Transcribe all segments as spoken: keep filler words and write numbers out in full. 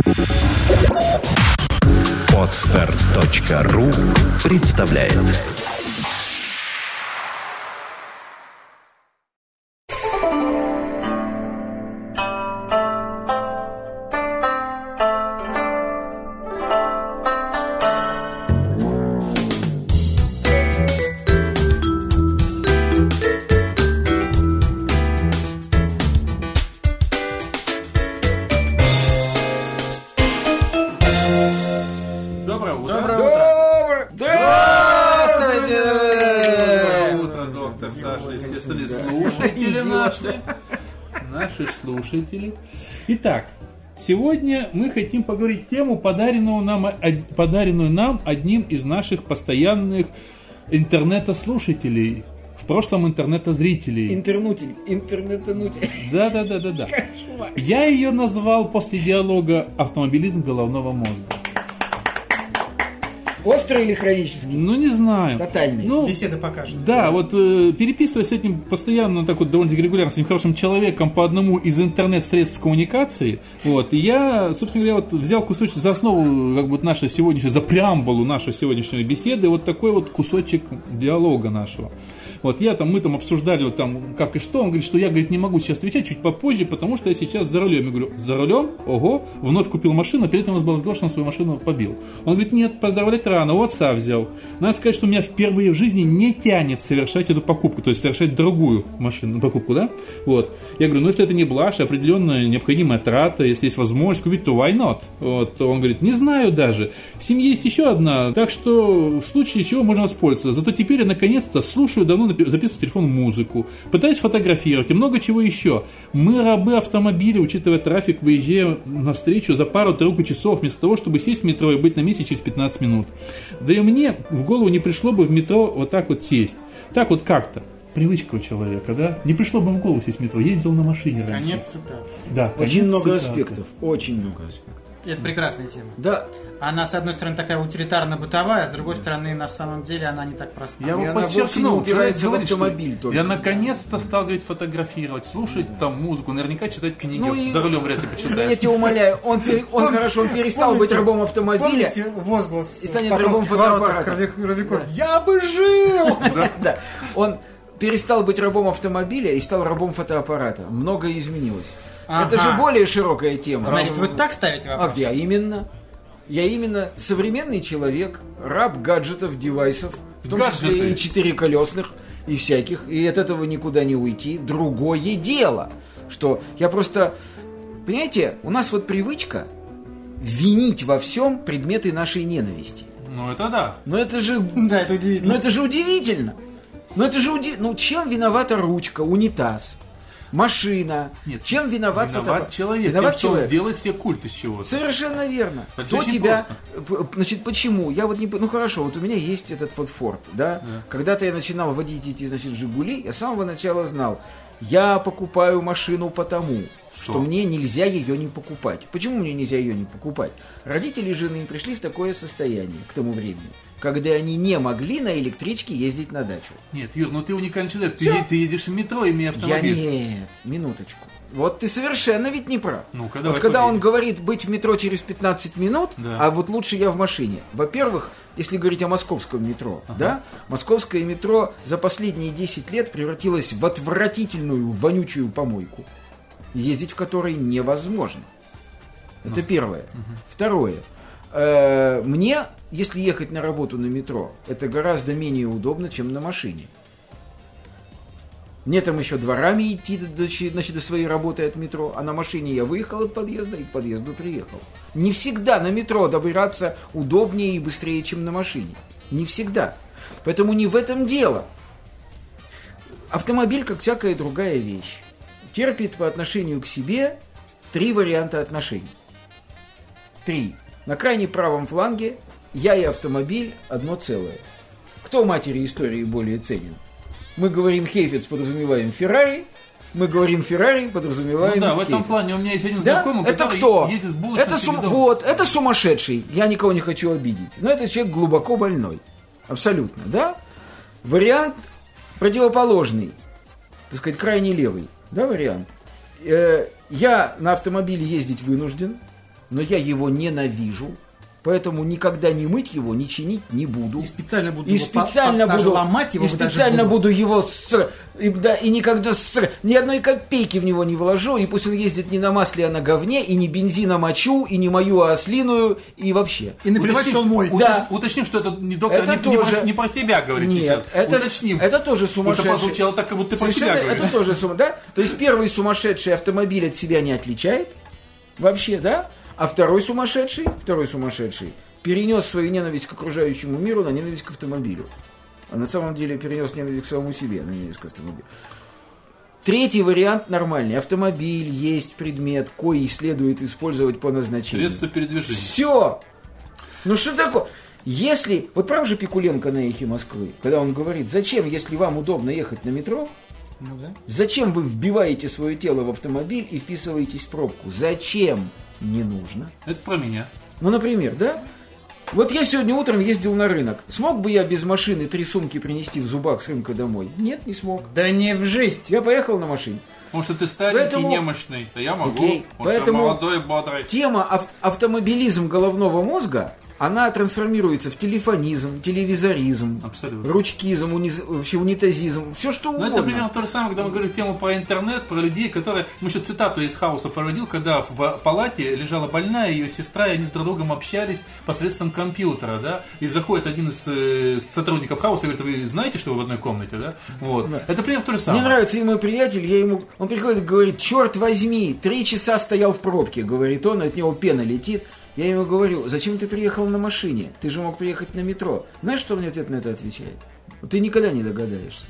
Подстер точка ру представляет. Слушатели. Итак, сегодня мы хотим поговорить тему, подаренную нам, подаренную нам одним из наших постоянных интернета-слушателей. В прошлом интернета-зрителей. Интернутель. Интернетанутель. Да, да, да, да, да. Я ее назвал после диалога «Автомобилизм головного мозга». Острый или хронический? Ну, не знаю. Тотальный. Ну, беседа покажет. Да, вот э, переписываясь с этим постоянно, так вот довольно регулярно, с этим хорошим человеком по одному из интернет-средств коммуникации, вот, и я, собственно говоря, вот взял кусочек за основу, как бы, вот нашей сегодняшней, за преамбулу нашей сегодняшней беседы, вот такой вот кусочек диалога нашего. Вот, я там, мы там обсуждали, вот там, как и что, он говорит, что я, говорит, не могу сейчас отвечать, чуть попозже, потому что я сейчас за рулем. Я говорю, за рулем? Ого, вновь купил машину, перед этим у нас был разговор, что он свою машину побил. Он говорит, нет, поздравлять рано, у отца взял. Надо сказать, что у меня впервые в жизни не тянет совершать эту покупку, то есть совершать другую машину, покупку, да? Вот. Я говорю, ну, если это не блажь, определенная необходимая трата, если есть возможность купить, то why not? Вот. Он говорит, не знаю даже. В семье есть еще одна, так что в случае чего можно воспользоваться. Зато теперь я наконец-то слушаю давно записываю в телефон музыку, пытаюсь фотографировать и много чего еще. Мы рабы автомобиля, учитывая трафик, выезжая навстречу за пару-тройку часов, вместо того, чтобы сесть в метро и быть на месте через пятнадцать минут. Да и мне в голову не пришло бы в метро вот так вот сесть. Так вот как-то. Привычка у человека, да? Не пришло бы в голову сесть в метро, ездил на машине раньше. Конец цитаты. Да, очень много цитаты. аспектов. Очень много аспектов. Это прекрасная тема. Да. Она, с одной стороны, такая утилитарно-бытовая, с другой стороны, на самом деле, она не так проста. Я И его она подчеркнул, вовсе не упирается говорит, в автомобиль что только. я наконец-то стал, говорит, фотографировать, слушать там музыку, наверняка читать книги. Ну и- За рулем вряд ли почитаешь. Я тебя умоляю, он, пере- он Пом- хорошо, он перестал помните- быть рабом автомобиля. Помните возглас и станет в рабом Покровских воротах фотоаппарата. Равик- Равиков? Я бы жил! Да. Он перестал быть рабом автомобиля и стал рабом фотоаппарата. Многое изменилось. Ага. Это же более широкая тема. Значит, вы так ставите А вопрос? я именно. Я именно современный человек, раб гаджетов, девайсов, в том числе Гаджеты. и четырехколесных, и всяких, и от этого никуда не уйти. Другое дело, что я просто... Понимаете, у нас вот привычка винить во всем предметы нашей ненависти. Ну это да. Но это же... Да, это удивительно. Но это же удивительно. Но это же удивительно. Ну, чем виновата ручка, унитаз, машина? Нет, чем виноват, Виноват фото- человек, Виноват тем, что человек. он делает себе культ из чего-то. Совершенно верно. Это Кто очень тебя... п- Значит, почему? Я вот не... п- Ну, хорошо, вот у меня есть этот вот Форд, да? Да. Когда-то я начинал водить эти, значит, Жигули, я с самого начала знал, я покупаю машину потому, что, Что? мне нельзя ее не покупать. Почему мне нельзя ее не покупать? Родители жены пришли в такое состояние к тому времени, когда они не могли на электричке ездить на дачу. Нет, Юр, ну ты уникальный человек. Ты, Всё. е- ты ездишь в метро, имея Я автомобиль. нет, минуточку. Вот ты совершенно ведь не прав. Ну-ка, вот давай когда поговорим. он говорит быть в метро через пятнадцать минут, Да. а вот лучше я в машине. Во-первых, если говорить о московском метро, да, московское метро за последние десять лет превратилось в отвратительную, вонючую помойку, ездить в которой невозможно. Это первое. Второе. Э, Мне, если ехать на работу на метро, это гораздо менее удобно, чем на машине. Мне там еще дворами идти до, значит, до своей работы от метро, а на машине я выехал от подъезда и к подъезду приехал. Не всегда на метро добираться удобнее и быстрее, чем на машине. Не всегда. Поэтому не в этом дело. Автомобиль, как всякая другая вещь, терпит по отношению к себе три варианта отношений. Три. На крайне правом фланге я и автомобиль одно целое. Кто матери истории более ценен? Мы говорим Хейфетс, подразумеваем Феррари. Мы говорим Феррари, подразумеваем Ну да, в этом Хейфетс. плане у меня есть один Да? знакомый, Это который кто? ездит с булочной Это, сум... сидом. вот, это сумасшедший. Я никого не хочу обидеть. Но это человек глубоко больной. Абсолютно, да? Вариант противоположный. Так сказать, крайне левый. Да, вариант? Э, я на автомобиле ездить вынужден. но я его ненавижу. Поэтому никогда не мыть его, не чинить не буду. И специально буду и его специально по, по, буду ломать его. И специально буду. буду его ср... и, да, и никогда ср... ни одной копейки в него не вложу. И пусть он ездит не на масле, а на говне, и не бензина мочу, и не мою, а ослиную, и вообще. И наплевать, что он мой. Да. Уточним, что это не доктор, это не, тоже... не, про, не про себя говорит. Нет, сейчас. Это, Уточним. Это тоже сумасшедший. Потому что прозвучало так, как будто ты про Совершенно, себя говоришь. Это тоже сумасшедший, да? То есть первый сумасшедший автомобиль от себя не отличает. Вообще, да? А второй сумасшедший, второй сумасшедший перенес свою ненависть к окружающему миру на ненависть к автомобилю. А на самом деле перенес ненависть к самому себе на ненависть к автомобилю. Третий вариант нормальный. Автомобиль есть предмет, кои следует использовать по назначению. Средство передвижения. Все! Ну что такое? Если... Вот прав же Пикуленко на «Эхе Москвы», когда он говорит, зачем, если вам удобно ехать на метро, ну, да. зачем вы вбиваете свое тело в автомобиль и вписываетесь в пробку? Зачем? Не нужно. Это про меня. Ну, например, да? Вот я сегодня утром ездил на рынок. Смог бы я без машины три сумки принести в зубах с рынка домой? Нет, не смог. Да не в жизнь. Я поехал на машине. Потому что ты старенький, Поэтому... немощный, а я могу. Окей. Поэтому молодой, бодрый. Тема ав- автомобилизм головного мозга, она трансформируется в телефонизм, телевизоризм, абсолютно. Ручкизм, униз... вообще унитазизм, все что угодно. Но это примерно то же самое, когда мы говорим тему про интернет, про людей, которые... Мы еще цитату из Хауса проводил, когда в палате лежала больная ее сестра, и они с друг другом общались посредством компьютера, да, и заходит один из э, сотрудников Хауса и говорит, вы знаете, что вы в одной комнате, да? Вот. Да. Это примерно то же самое. Мне нравится и мой приятель, я ему... Он приходит и говорит, черт возьми, три часа стоял в пробке, говорит он, от него пена летит. Я ему говорю, зачем ты приехал на машине? Ты же мог приехать на метро. Знаешь, что он мне ответ на это отвечает? Ты никогда не догадаешься.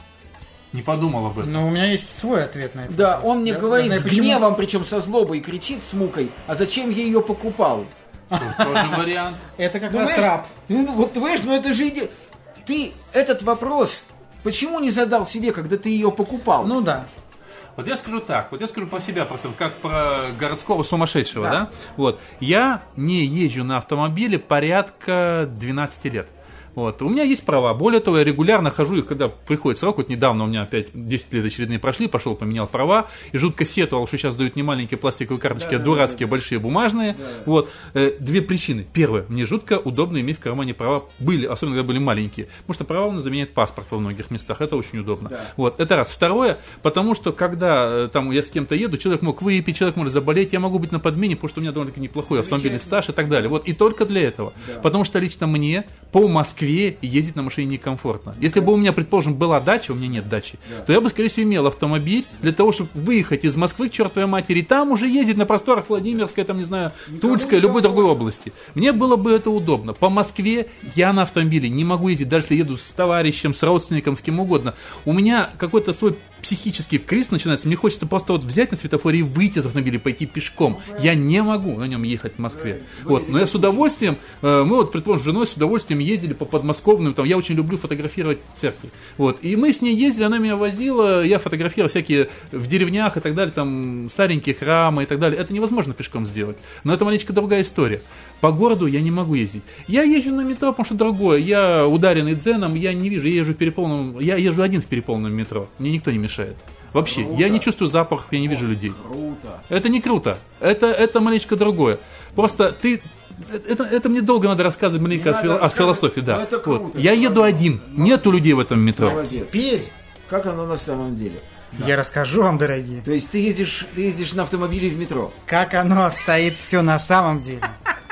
Не подумал об этом. Но у меня есть свой ответ на это. Да, вопрос. он мне я, говорит я знаю, с почему... гневом, причем со злобой, кричит с мукой, а зачем я ее покупал? Тоже вариант. Это как раз раб. Ну, вот ты понимаешь, ну это же иде... Ты этот вопрос почему не задал себе, когда ты ее покупал? Ну да. Вот я скажу так, вот я скажу про себя просто, как про городского сумасшедшего, да? Да. Вот, я не езжу на автомобиле порядка двенадцать лет. Вот. У меня есть права. Более того, я регулярно хожу, и когда приходит срок, вот недавно у меня опять десять лет очередные прошли, пошел, поменял права, и жутко сетовал, что сейчас дают не маленькие пластиковые карточки, да, а дурацкие, да, да, большие, бумажные. Да. Вот. Э, две причины. Первое, мне жутко удобно иметь в кармане права, были, особенно когда были маленькие, потому что права у нас заменяет паспорт во многих местах, это очень удобно. Да. Вот. Это раз. Второе, потому что когда э, там, я с кем-то еду, человек мог выпить, человек может заболеть, я могу быть на подмене, потому что у меня довольно-таки неплохой автомобильный стаж и так далее. Вот. И только для этого. Да. Потому что лично мне по Москве ездить на машине некомфортно. Если бы у меня, предположим, была дача, у меня нет дачи, да. то я бы, скорее всего, имел автомобиль для того, чтобы выехать из Москвы к чертовой матери, там уже ездить на просторах Владимирской, там, не знаю, никому Тульской, никому. Любой другой области. Мне было бы это удобно. По Москве я на автомобиле не могу ездить, даже если еду с товарищем, с родственником, с кем угодно. У меня какой-то свой психический криз начинается, мне хочется просто вот взять на светофоре и выйти из автомобиля, пойти пешком. Я не могу на нем ехать в Москве. Вот. Но я с удовольствием, мы вот, предположим, с женой с удовольствием ездили по подмосковным, там, я очень люблю фотографировать церкви. Вот. И мы с ней ездили, она меня возила, я фотографировал всякие в деревнях и так далее, там старенькие храмы и так далее. Это невозможно пешком сделать. Но это маленько другая история. По городу я не могу ездить. Я езжу на метро, потому что другое. Я ударенный дзеном, я не вижу, я езжу в переполненном, я езжу один в переполненном метро. Мне никто не мешает. Вообще, круто. Я не чувствую запахов, я не вижу людей. Круто. Это не круто. Это, это маленько другое. Просто ты... Это, это мне долго надо рассказывать маленько о, фил, о философии, да. Это круто, вот. Я еду один, нету людей в этом метро. Молодец. Теперь, как оно на самом деле? Да. Я расскажу вам, дорогие. То есть ты ездишь, ты ездишь на автомобиле в метро? Как оно обстоит все на самом деле.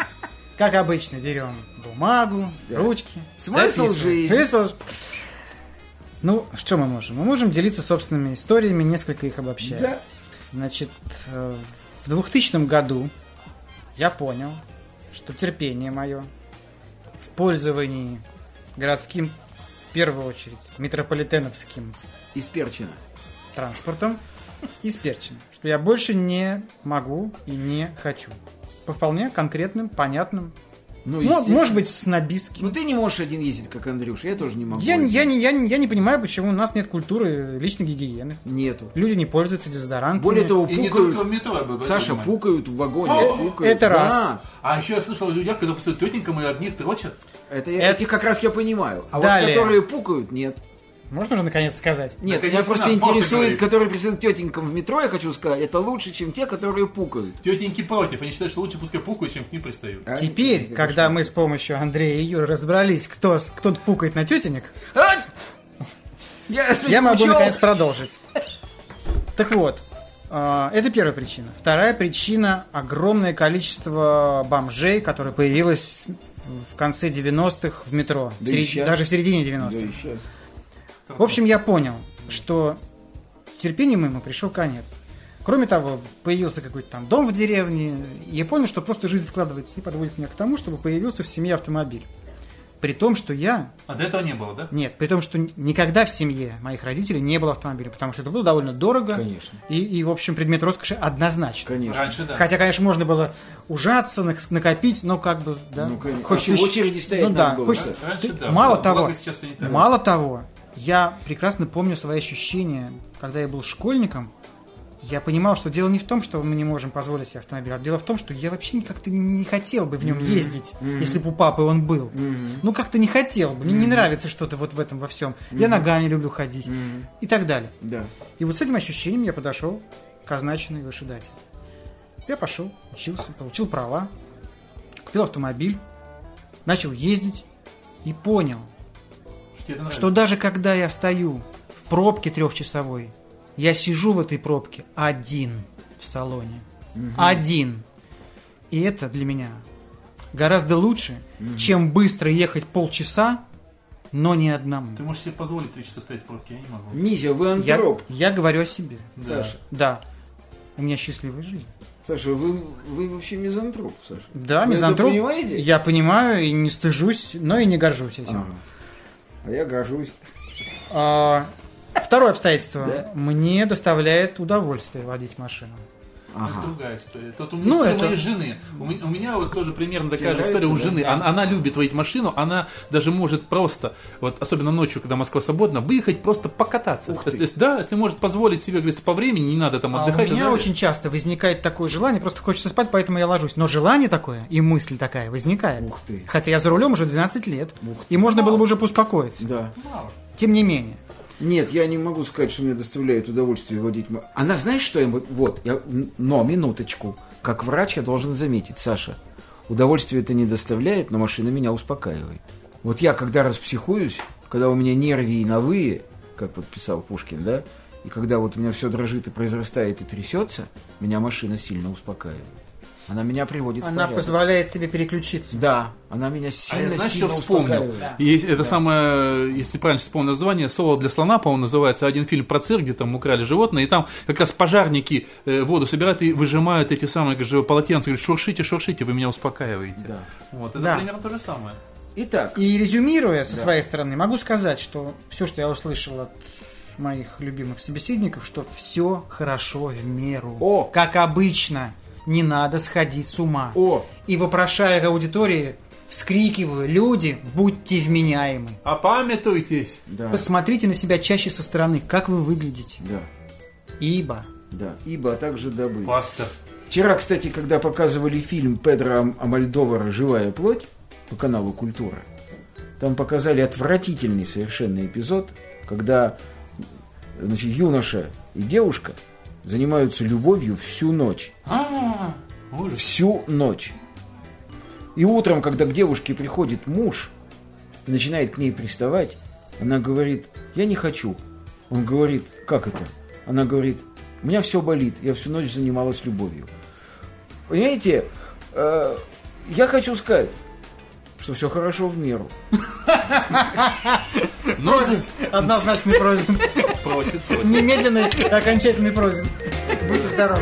Как обычно, берем бумагу, да. ручки. Смысл жизни. Смысл... Ну, что мы можем? Мы можем делиться собственными историями, несколько их обобщая. Да. Значит, в двухтысячном году я понял, что терпение мое в пользовании городским, в первую очередь, метрополитеновским исперчено транспортом исперчено. Что я больше не могу и не хочу. По вполне конкретным, понятным, ну, может быть, снобистским. Ну ты не можешь один ездить, как Андрюша, я тоже не могу. Я, я, не, я, не, я не понимаю, почему у нас нет культуры личной гигиены. Нету. Люди не пользуются дезодорантами. Более того, и пукают. Не только в метро, я Саша, понимаю. пукают в вагоне. О, пукают. Это да. раз. А еще я слышал о людях, когда просто тетенькам и одних трочат. Это, это этих как раз я понимаю. А Далее. вот которые пукают, нет. Можно уже наконец сказать? Нет, Наконец, меня просто да, можно интересует, говорить. которые присылают тетенькам в метро, я хочу сказать, это лучше, чем те, которые пукают. Тетеньки против, они считают, что лучше пускай пукают, чем к ним пристают. А? Теперь, Это когда что? мы с помощью Андрея и Юры разобрались, кто, кто пукает на тетенек, А! Я, я могу учёл. наконец продолжить. Так вот, э, это первая причина. Вторая причина – огромное количество бомжей, которое появилось в конце девяностых в метро. Да В и серед- щас. Даже в середине Да девяностых. и щас. В общем, я понял, что терпением ему пришел конец. Кроме того, появился какой-то там дом в деревне, и я понял, что просто жизнь складывается и подводит меня к тому, чтобы появился в семье автомобиль. При том, что я... А до этого не было, да? Нет, при том, что никогда в семье моих родителей не было автомобиля, потому что это было довольно дорого. Конечно. И, и в общем, предмет роскоши однозначно. Конечно. Раньше, да. Хотя, конечно, можно было ужаться, нак- накопить, но как бы, да. Ну, конечно. Хочется А в еще- очереди стоять ну, да, надо было, хочется- да? Раньше, ты- да. Мало Благо, того, сейчас это не так. мало того, я прекрасно помню свои ощущения, когда я был школьником. Я понимал, что дело не в том, что мы не можем позволить себе автомобиль, а дело в том, что я вообще как-то не хотел бы в нем ездить, если бы у папы он был. Ну, как-то не хотел бы. Мне не нравится что-то вот в этом во всем. Я ногами люблю ходить и так далее. Да. И вот с этим ощущением я подошел к означенной вышедате. Я пошел, учился, получил права, купил автомобиль, начал ездить и понял, Тебе это нравится? что даже когда я стою в пробке трехчасовой, я сижу в этой пробке один в салоне. Один. И это для меня гораздо лучше, чем быстро ехать полчаса, но не одному. Ты можешь себе позволить три часа стоять в пробке, я не могу. Мизя, вы Я, антроп. я говорю о себе. Да. Саша. Да. У меня счастливая жизнь. Саша, вы, вы вообще мизантроп, Саша. Да, Вы мизантроп. это понимаете? Я понимаю и не стыжусь, но и не горжусь этим. Ага. А я горжусь. А, второе обстоятельство. Да? Мне доставляет удовольствие водить машину. Это Ага. другая история. Это вот у меня Ну, история это- моей жены. У меня, у меня вот тоже примерно такая же нравится, история у да? жены. Она, она любит водить машину, она даже может просто, вот особенно ночью, когда Москва свободна, выехать просто покататься. Ух То ты. есть, да, если может позволить себе, говорится, по времени, не надо там А у отдыхать. и меня так далее. очень часто возникает такое желание, просто хочется спать, поэтому я ложусь. Но желание такое и мысль такая возникает. Ух ты. Хотя я за рулем уже двенадцать лет. Ух И можно было бы уже успокоиться. Да. Мало. Тем не менее. Нет, я не могу сказать, что мне доставляет удовольствие водить. ма- Она, знаешь, что я... вот- Вот, я... но, минуточку. Как врач я должен заметить, Саша, удовольствие это не доставляет, но машина меня успокаивает. Вот я, когда распсихуюсь, когда у меня нервиновые, как вот писал Пушкин, да, и когда вот у меня все дрожит и произрастает и трясется, меня машина сильно успокаивает. Она меня приводит в Она порядок. позволяет тебе переключиться. Да, она меня А я, сильно, знаешь, сильно что вспомнил? успокаивает. Есть это самое, если правильно вспомнил название, «Соло для слона», по-моему, называется, один фильм про цирк, где там украли животное, и там как раз пожарники э, воду собирают и выжимают эти самые как же, полотенца, говорят, шуршите, шуршите, вы меня успокаиваете. Да. Вот, это Да. примерно то же самое. Итак, И резюмируя со Да. своей стороны, могу сказать, что все, что я услышал от моих любимых собеседников, что все хорошо в меру. О! Как обычно, не надо сходить с ума. о, И вопрошая к аудитории, вскрикиваю, люди, будьте вменяемы. Опамятуйтесь! да, Посмотрите на себя чаще со стороны, как вы выглядите. да, Ибо да, ибо, а также добыть. Пастор. Вчера, кстати, когда показывали фильм Педро Ам- Амальдовара «Живая плоть» по каналу «Культура», там показали отвратительный совершенно эпизод, когда, значит, юноша и девушка занимаются любовью всю ночь. А, ужас. Всю ночь. И утром, когда к девушке приходит муж и начинает к ней приставать, она говорит: я не хочу. Он говорит: как это? Она говорит: у меня все болит, я всю ночь занималась любовью. Понимаете, э, я хочу сказать, что все хорошо в меру. Ну, однозначный просьб. просит, просит. Немедленный окончательный просьб. Будьте здоровы.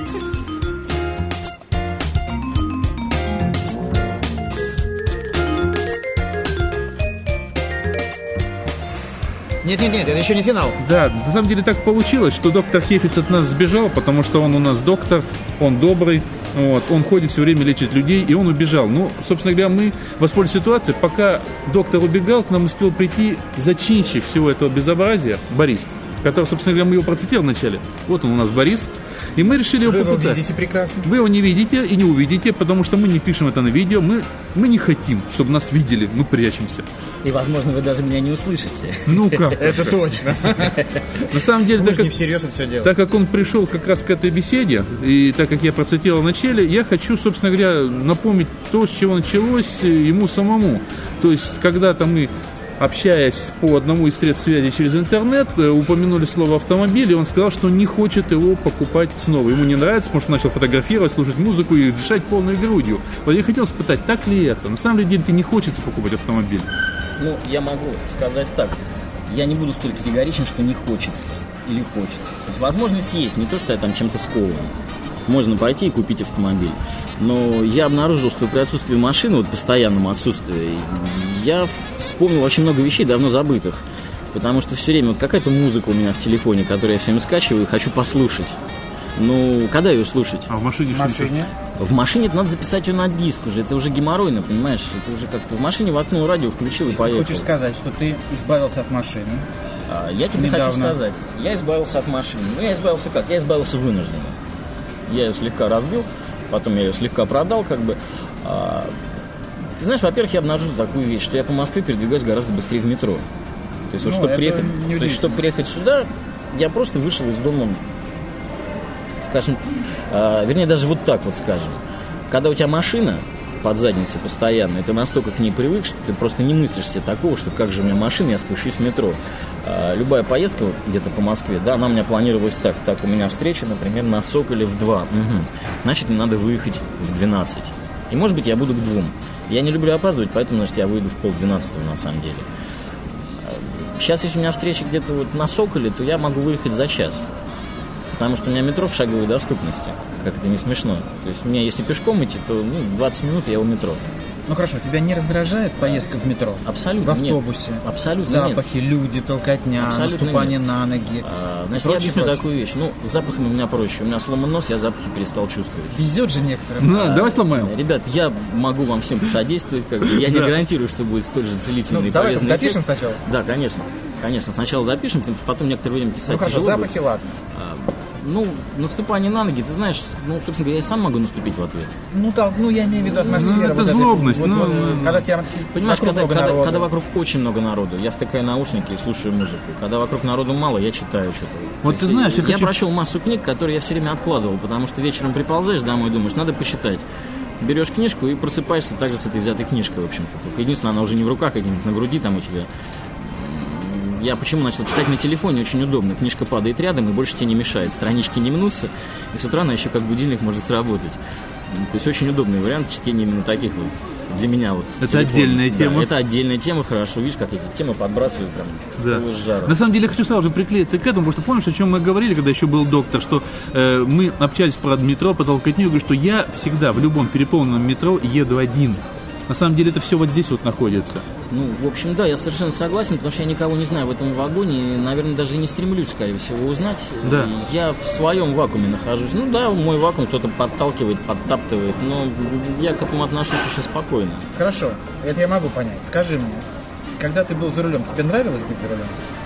Нет-нет-нет, это еще не финал. Да, на самом деле так получилось, что доктор Хефиц от нас сбежал, потому что он у нас доктор, он добрый, вот, он ходит все время лечит людей, и он убежал. Ну, собственно говоря, мы воспользовались ситуацией, пока доктор убегал, к нам успел прийти зачинщик всего этого безобразия, Борис, который, собственно говоря, мы его процитировали вначале. Вот он у нас, Борис. И мы решили его Вы его попытать. видите прекрасно. Вы его не видите и не увидите, потому что мы не пишем это на видео. Мы, мы не хотим, чтобы нас видели. Мы прячемся. И, возможно, вы даже меня не услышите. Ну как? Это точно. На самом деле, Мы так же не как, всерьез это все делаем. так как он пришел как раз к этой беседе, и так как я процитировал в начале, я хочу, собственно говоря, напомнить то, с чего началось ему самому. То есть, когда-то мы, общаясь по одному из средств связи через интернет, упомянули слово «автомобиль», и он сказал, что не хочет его покупать снова. Ему не нравится, потому что начал фотографировать, слушать музыку и дышать полной грудью. Вот я хотел испытать, так ли это? На самом деле, тебе не хочется покупать автомобиль. Ну, я могу сказать так. Я не буду столь категоричен, что не хочется или хочется. То есть возможность есть, не то, что я там чем-то скован. Можно пойти и купить автомобиль. Но я обнаружил, что при отсутствии машины, вот постоянном отсутствии, я вспомнил очень много вещей, давно забытых. Потому что все время вот какая-то музыка у меня в телефоне, которую я все время скачиваю и хочу послушать. Ну, когда ее слушать? А в машине В что? машине. В машине это надо записать ее на диск уже. Это уже геморройно, понимаешь? Это уже как-то в машине воткнул радио, включил и Ты поехал. хочешь сказать, что ты избавился от машины? А, я тебе Недавно. хочу сказать, я избавился от машины. Ну, я избавился как? Я избавился вынужденно. Я ее слегка разбил, потом я ее слегка продал, как бы. А, ты знаешь, во-первых, я обнаружил такую вещь, что я по Москве передвигаюсь гораздо быстрее в метро. То есть, вот, Ну, чтобы это приехать, неудивительно. то есть, чтобы приехать сюда, я просто вышел из дома, скажем, а, вернее, даже вот так вот скажем. Когда у тебя машина под задницей постоянно, и ты настолько к ней привык, что ты просто не мыслишь себе такого, что как же у меня машина, я спущусь в метро. А, любая поездка где-то по Москве, да, она у меня планировалась так. Так, у меня встреча, например, на Соколе в два. Угу. Значит, мне надо выехать в двенадцать. И, может быть, я буду к двум. Я не люблю опаздывать, поэтому, значит, я выйду в полдвенадцатого, на самом деле. Сейчас, если у меня встреча где-то вот на Соколе, то я могу выехать за час. Потому что у меня метро в шаговой доступности. Как это не смешно. То есть мне, если пешком идти, то ну, двадцать минут я у метро. Ну хорошо, тебя не раздражает поездка в метро? Абсолютно В автобусе? нет. Абсолютно Запахи, люди, толкотня, Абсолютно наступание нет. на ноги. А, и значит, я прочее, объясню прочее. такую вещь. Ну, с запахами у меня проще. У меня сломан нос, я запахи перестал чувствовать. Везет же некоторым. Ну, давай сломаем. Ребят, я могу вам всем посодействовать. Как бы. Я не Да. гарантирую, что будет столь же целительный Ну, и давай там полезный допишем эффект. сначала. Да, конечно. Конечно, сначала допишем, потом некоторое время писать Ну хорошо, тяжело будет. запахи, ладно. А, Ну, наступание на ноги, ты знаешь, ну, собственно говоря, я сам могу наступить в ответ. Ну, так, ну я имею в виду атмосферу. Ну, это вот этой- злобность, вот- ну, вот, ну, когда тебя Понимаешь, вокруг когда, много когда, народу. когда вокруг очень много народу, я втыкаю наушники и слушаю музыку. Когда вокруг народу мало, я читаю что-то. Вот То ты есть знаешь, я я хочу- прочел массу книг, которые я все время откладывал, потому что вечером приползаешь домой и думаешь, надо посчитать. Берешь книжку и просыпаешься также с этой взятой книжкой, в общем-то. Только единственное, она уже не в руках, а где-нибудь на груди там у тебя. Я почему начал читать на телефоне, очень удобно. Книжка падает рядом и больше тебе не мешает. Странички не мнутся, и с утра она еще как будильник может сработать. То есть очень удобный вариант чтения именно таких вот. Для меня вот. Это телефон. отдельная Да, тема. это отдельная тема, хорошо. Видишь, как эти темы подбрасываю прям с Да. пылу с жаром. На самом деле я хочу сразу же приклеиться к этому, потому что помнишь, о чем мы говорили, когда еще был доктор, что э, мы общались про метро, про толкотню, я говорю, что я всегда в любом переполненном метро еду один. На самом деле это все вот здесь вот находится. Ну, в общем, да, я совершенно согласен, потому что я никого не знаю в этом вагоне, и, наверное, даже и не стремлюсь, скорее всего, узнать. Да. И я в своем вакууме нахожусь. Ну да, мой вакуум кто-то подталкивает, подтаптывает, но я к этому отношусь очень спокойно. Хорошо, это я могу понять. Скажи мне, когда ты был за рулем, тебе нравилось быть за рулем?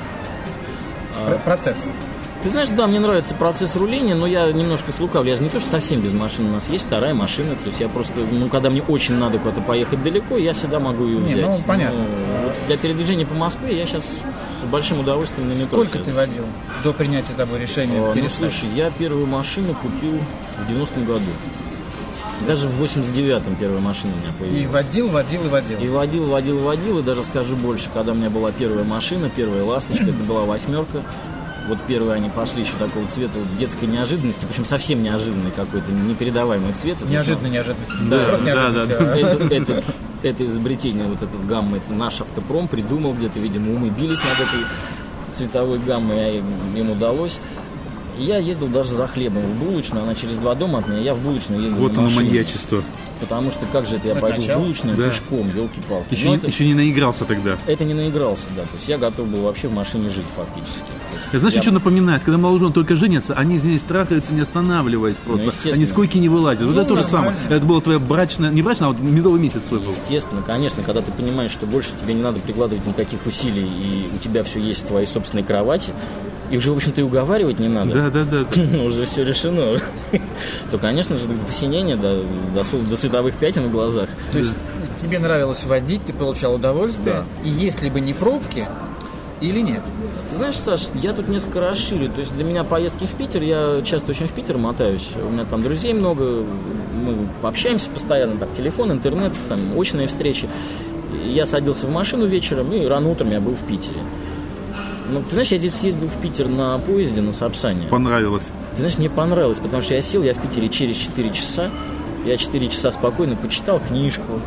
А. Про- Процесс. Ты знаешь, да, мне нравится процесс руления, но я немножко слукавлю. Я же не то, что совсем без машины. У нас есть вторая машина. То есть я просто, ну, когда мне очень надо куда-то поехать далеко, я всегда могу ее Не, взять. ну, понятно. Но вот для передвижения по Москве я сейчас с большим удовольствием на метро Сколько сяду. ты водил до принятия тобой решения А, ну, перестать? слушай, я первую машину купил в девяностом году. Даже в восемьдесят девятом первая машина у меня И появилась. водил, водил и водил. И водил, водил, водил, и даже скажу больше, когда у меня была первая машина, первая ласточка, это была восьмерка. Вот первые они пошли еще такого цвета вот детской неожиданности, причем совсем неожиданный какой-то, непередаваемый цвет. Это, Неожиданно, неожиданность. Да, Просто да, неожиданность, да, а. Это, это, это изобретение, вот этот гаммы, это наш автопром придумал где-то, видимо, умы бились над этой цветовой гаммой, а им удалось. И я ездил даже за хлебом в булочную, она через два дома от меня, я в булочную ездил Вот на оно машине. маньячество. Потому что как же это я Ну, пойду начало. в булочную Да. пешком, елки-палки. Еще, Ну, не, это, еще не наигрался тогда. это не наигрался, да. То есть я готов был вообще в машине жить фактически. То есть Знаешь, я- что напоминает? Когда молодожены только женятся, они, извиняюсь, трахаются, не останавливаясь просто. Ну, естественно. Они с койки не вылазят. Вот Ну, это то же самое. нормально. Это была твоя брачная, не брачная, а вот медовый месяц твой был. Естественно, конечно, когда ты понимаешь, что больше тебе не надо прикладывать никаких усилий, и у тебя все есть в твоей собственной кровати, и уже, в общем-то, и уговаривать не надо. Да, да, да. да. Ну, уже все решено. То, конечно же, до посинения, до, до, су- до световых пятен в глазах. То есть тебе нравилось водить, ты получал удовольствие, и если бы не пробки, или нет? Ты знаешь, Саш, я тут несколько расширю. То есть для меня поездки в Питер, я часто очень в Питер мотаюсь. У меня там друзей много, мы общаемся постоянно, так, телефон, интернет, там, очные встречи. И я садился в машину вечером, и рано утром я был в Питере. Ну, ты знаешь, я здесь съездил в Питер на поезде, на Сапсане. Понравилось. Ты знаешь, мне понравилось, потому что я сел, я в Питере через четыре часа. Я четыре часа спокойно почитал книжку.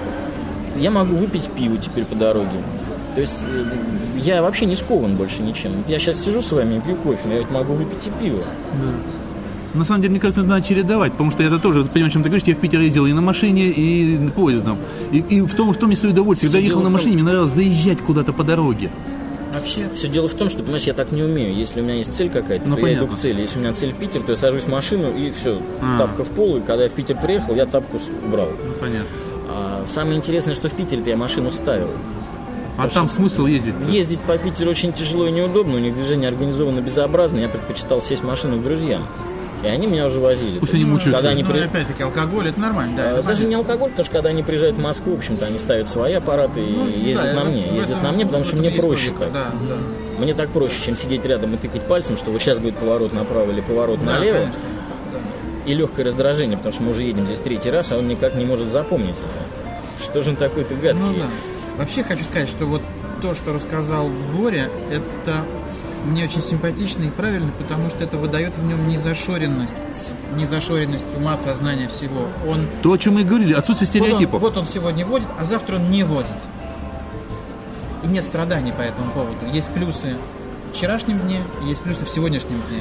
Я могу выпить пиво теперь по дороге. То есть э, я вообще не скован больше ничем. Я сейчас сижу с вами и пью кофе, но я ведь могу выпить и пиво. На самом деле, мне кажется, это надо чередовать, потому что я-то тоже понимаю, о чем ты говоришь. Я в Питер ездил и на машине, и поездом. И, и в том, в том и свое удовольствие. Когда Всё ехал дело на в том- машине, мне нравилось заезжать куда-то по дороге. Вообще, Все дело в том, что, понимаешь, я так не умею. Если у меня есть цель какая-то, Ну, то я иду понятно. к цели. Если у меня цель Питер, то я сажусь в машину и все, А. тапка в пол. И когда я в Питер приехал, я тапку с- убрал. Ну, понятно. А самое интересное, что в Питере-то я машину ставил. А там смысл ездить? Ездить по Питеру очень тяжело и неудобно, у них движение организовано безобразно. Я предпочитал сесть в машину к друзьям. И они меня уже возили. Пусть То есть, они мучаются. Когда они ну, при- опять-таки, алкоголь, это нормально, да. А, это Даже понятно. не алкоголь, потому что когда они приезжают в Москву, в общем-то, они ставят свои аппараты и Ну, ездят да, на в- мне. в Ездят этом- на мне, потому в что этом мне есть проще логика, так. Да, да. Мне так проще, чем сидеть рядом и тыкать пальцем, что вот сейчас будет поворот направо или поворот Да, налево. конечно. И легкое раздражение, потому что мы уже едем здесь третий раз, а он никак не может запомнить это. Что же он такой-то гадкий? Ну да. Вообще хочу сказать, что вот то, что рассказал Боря, это мне очень симпатично и правильно, потому что это выдает в нем незашоренность, незашоренность ума, сознания всего. Он То, о чем мы и говорили, отсутствие вот он, стереотипов. вот он сегодня водит, а завтра он не водит. И нет страданий по этому поводу. Есть плюсы в вчерашнем дне, и есть плюсы в сегодняшнем дне.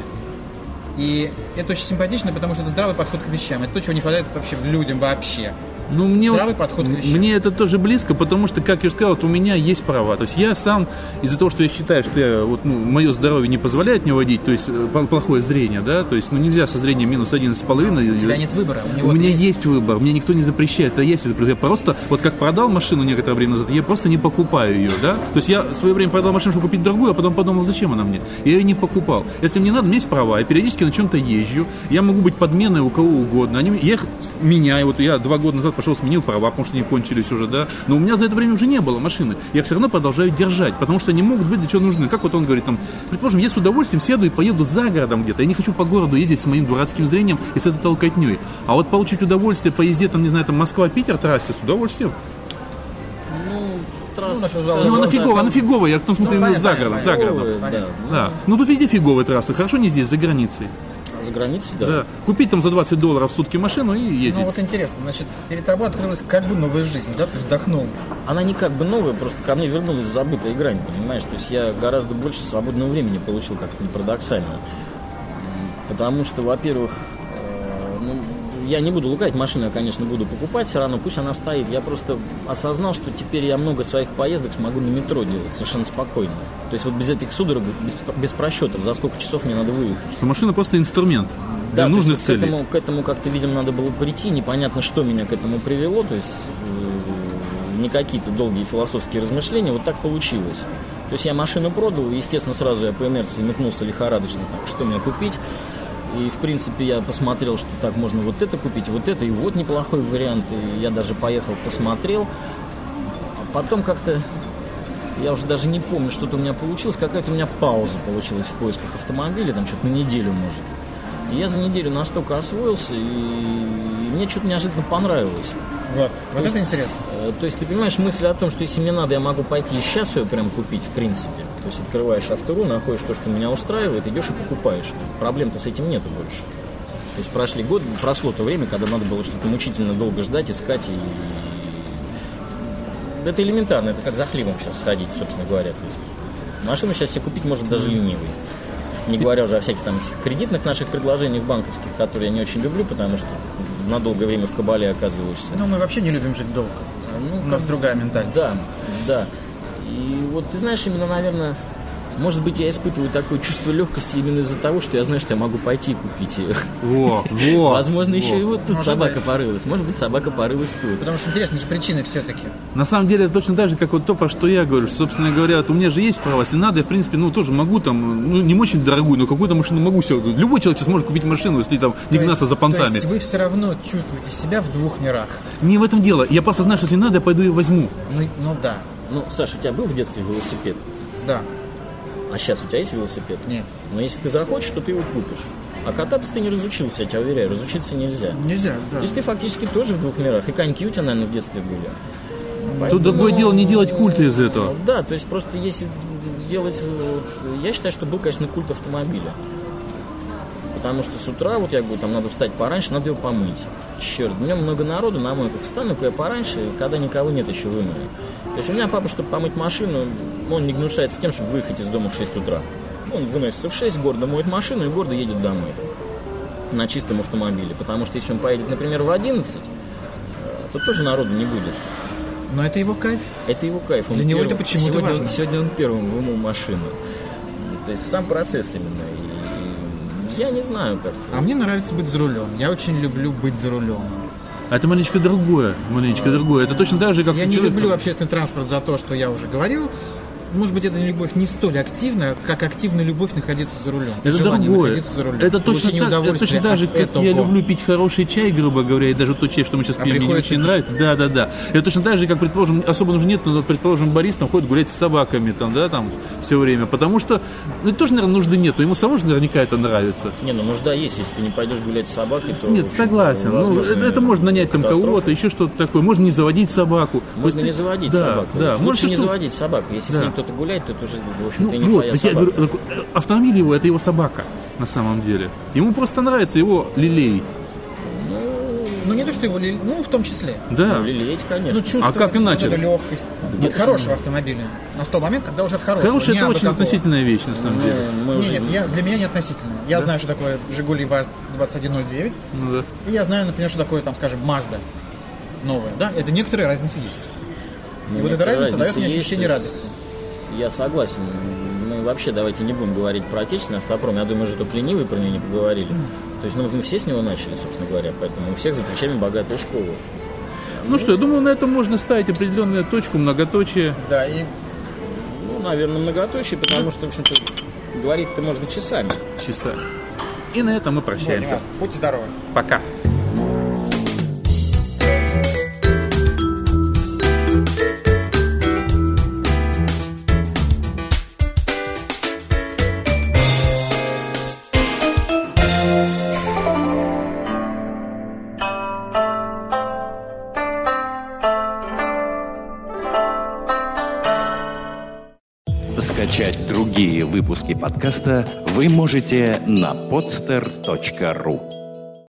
И это очень симпатично, потому что это здравый подход к вещам. Это то, чего не хватает вообще людям вообще. Ну, мне, Здравый вот- подход к вещам. мне это тоже близко, потому что, как я уже сказал, вот у меня есть права. То есть я сам, из-за того, что я считаю, что я, вот, ну, мое здоровье не позволяет мне водить, то есть э, пл- плохое зрение, да, то есть ну, нельзя со зрением минус одиннадцать с половиной. У тебя нет выбора. У, него У меня есть. есть выбор, мне никто не запрещает, а я себе запрещаю. Я просто, вот как продал машину некоторое время назад, я просто не покупаю ее, да. То есть я в свое время продал машину, чтобы купить другую, а потом подумал, зачем она мне. Я ее не покупал. Если мне надо, у меня есть права, я периодически на чем-то езжу, я могу быть подменой у кого угодно. Они, я их меняю, вот я два года назад пошел, сменил права, потому что они кончились уже, да. Но у меня за это время уже не было машины. Я все равно продолжаю держать, потому что они могут быть для чего нужны. Как вот он говорит, там, предположим, я с удовольствием сяду и поеду за городом где-то. Я не хочу по городу ездить с моим дурацким зрением и с этой толкотней. А вот получить удовольствие по езде, там, не знаю, там, Москва-Питер трассе с удовольствием. Ну, трасса, Ну, наша скажем зала- Ну, она так, фиговая, она фиговая, я в том смысле, Ну, именно за понятно, городом, за понятно. городом. да. Понятно. Да. Ну, тут везде фиговые трассы, хорошо не здесь, за границей. За границей, да. Да. Купить там за двадцать долларов в сутки машину и ездить. Ну вот интересно, значит, перед тобой открылась как бы новая жизнь, да, ты вздохнул. Она не как бы новая, просто ко мне вернулась забытая грань, понимаешь? То есть я гораздо больше свободного времени получил, как-то не парадоксально. М, Потому что, во-первых, э, ну, я не буду лукавить, машину я, конечно, буду покупать, все равно пусть она стоит. Я просто осознал, что теперь я много своих поездок смогу на метро делать совершенно спокойно. То есть вот без этих судорог, без, без просчетов, за сколько часов мне надо выехать. Что машина просто инструмент для Да, нужных то есть целей. К этому, к этому как-то, видимо, надо было прийти. Непонятно, что меня к этому привело. То есть э, не какие-то долгие философские размышления. Вот так получилось. То есть я машину продал, и, естественно, сразу я по инерции метнулся лихорадочно, так, что мне купить. И, в принципе, я посмотрел, что так можно вот это купить, вот это, и вот неплохой вариант. И я даже поехал, посмотрел. А потом как-то, я уже даже не помню, что-то у меня получилось. Какая-то у меня пауза получилась в поисках автомобиля, там что-то на неделю, может. И я за неделю настолько освоился, и, и мне что-то неожиданно понравилось. Вот, вот То это есть, интересно. Э, То есть, ты понимаешь, мысль о том, что если мне надо, я могу пойти и сейчас ее прям купить, в принципе. То есть, открываешь автору, находишь то, что меня устраивает, идешь и покупаешь. Проблем-то с этим нету больше. То есть, прошли годы, прошло то время, когда надо было что-то мучительно долго ждать, искать. И... Это элементарно, это как за хлебом сейчас сходить, собственно говоря. То есть, машину сейчас себе купить может даже ленивый. Не говоря уже о всяких там кредитных наших предложениях банковских, которые я не очень люблю, потому что на долгое время в кабале оказываешься. Ну, мы вообще не любим жить долго. Ну, У нас другая ментальность. Да, да. И вот ты знаешь, именно, наверное, может быть, я испытываю такое чувство легкости именно из-за того, что я знаю, что я могу пойти и купить ее. Во, во, Возможно, во. еще и вот тут Может собака быть. порылась. Может быть, собака порылась тут. Потому что интересны же причины все-таки. На самом деле, это точно так же, как вот то, про что я говорю. Что, собственно говоря, вот у меня же есть право, если надо, я, в принципе, ну, тоже могу там, ну, не очень дорогую, но какую-то машину могу себе. Любой человек сейчас может купить машину, если там не То гнаться есть- за понтами. То есть вы все равно чувствуете себя в двух мирах. Не в этом дело. Я просто знаю, что если надо, я пойду и возьму. Ну, ну да, Ну, Саша, у тебя был в детстве велосипед? да, А сейчас у тебя есть велосипед? нет. Но если ты захочешь, то ты его купишь. А кататься ты не разучился, я тебя уверяю, разучиться нельзя. Нельзя, да. То есть ты фактически тоже в двух мирах. И коньки у тебя, наверное, в детстве были. Тут Поэтому- другое дело не делать культа из этого. Да, то есть просто если делать... вот, я считаю, что был, конечно, культ автомобиля. Потому что с утра, вот я говорю, там надо встать пораньше, надо его помыть. Черт, днем много народу на мойках. Встану-ка я пораньше, когда никого нет, еще вымою. То есть у меня папа, чтобы помыть машину, он не гнушается тем, чтобы выехать из дома в шесть утра. Он выносится в шесть, гордо моет машину и гордо едет домой. На чистом автомобиле. Потому что если он поедет, например, в одиннадцать, э, то тоже народу не будет. Но это его кайф. Это его кайф. Он Для него первым- это почему-то сегодня, важно. Сегодня он первым вымыл машину. То есть сам процесс именно. И я не знаю, как. А мне нравится быть за рулем. Я очень люблю быть за рулем. А это маленечко другое. Маленечко другое. Это точно так же, как Я не человек- люблю общественный транспорт за то, что я уже говорил. Может быть, эта любовь не столь активна, как активная любовь находиться за рулем. И Это желание другое. находиться за рулем. Это точно, Получение так, это удовольствия точно так же, от как этого. я люблю пить хороший чай, грубо говоря, и даже тот чай, что мы сейчас А пьем, мне не приходится очень пить. нравится. Да, да, да. Это точно так же, как, предположим, особо нужно нет, но, предположим, Борис там ходит гулять с собаками, там, да, там, все время. Потому что, ну, это тоже, наверное, нужды нет, но ему самому же наверняка это нравится. Не, ну нужда есть, если ты не пойдешь гулять с собакой, то. Нет, в общем, согласен. Ну, возможны это, это можно нанять там катастрофы. кого-то, еще что-то такое. Можно не заводить собаку. Можно Вот не ты- заводить да, собаку. Да, Лучше может, не что- заводить собаку. Если Да. с ним кто-то гуляет, то это уже, в общем-то, Ну, и не вот, твоя так я собака. говорю, так, э, автомобиль его, это его собака, на самом деле. Ему просто нравится его лелеять. Ну, не то, что его... ли- Ну, в том числе. Да. Ну, лелеять, конечно. Ну, чувствовать А как иначе? вот эту легкость. От хорошего автомобиля. Настал момент, когда уже от хорошего. Хороший не это абы очень какого. относительная вещь, на самом деле. Ну, мы Не, уже- нет, я, для меня не относительно. Я знаю, что такое Жигули ВАЗ двадцать один ноль девять. Ну, да. И я знаю, например, что такое, там, скажем, Мазда новая. Да, это некоторая разница есть. Ну, И вот эта некоторая разница дает мне есть, ощущение то есть радости. Я согласен. Мы вообще давайте не будем говорить про отечественный автопром. Я думаю, что только ленивые про него не поговорили. То есть, ну, мы все с него начали, собственно говоря. Поэтому у всех за плечами богатая школа. Ну что, я думаю, на этом можно ставить определенную точку, многоточие. Да, и Ну, наверное, многоточие, потому что, в общем-то, говорить-то можно часами. Часа. И на этом мы прощаемся. будьте здоровы. Пока. Скачать другие выпуски подкаста вы можете на podster точка ру.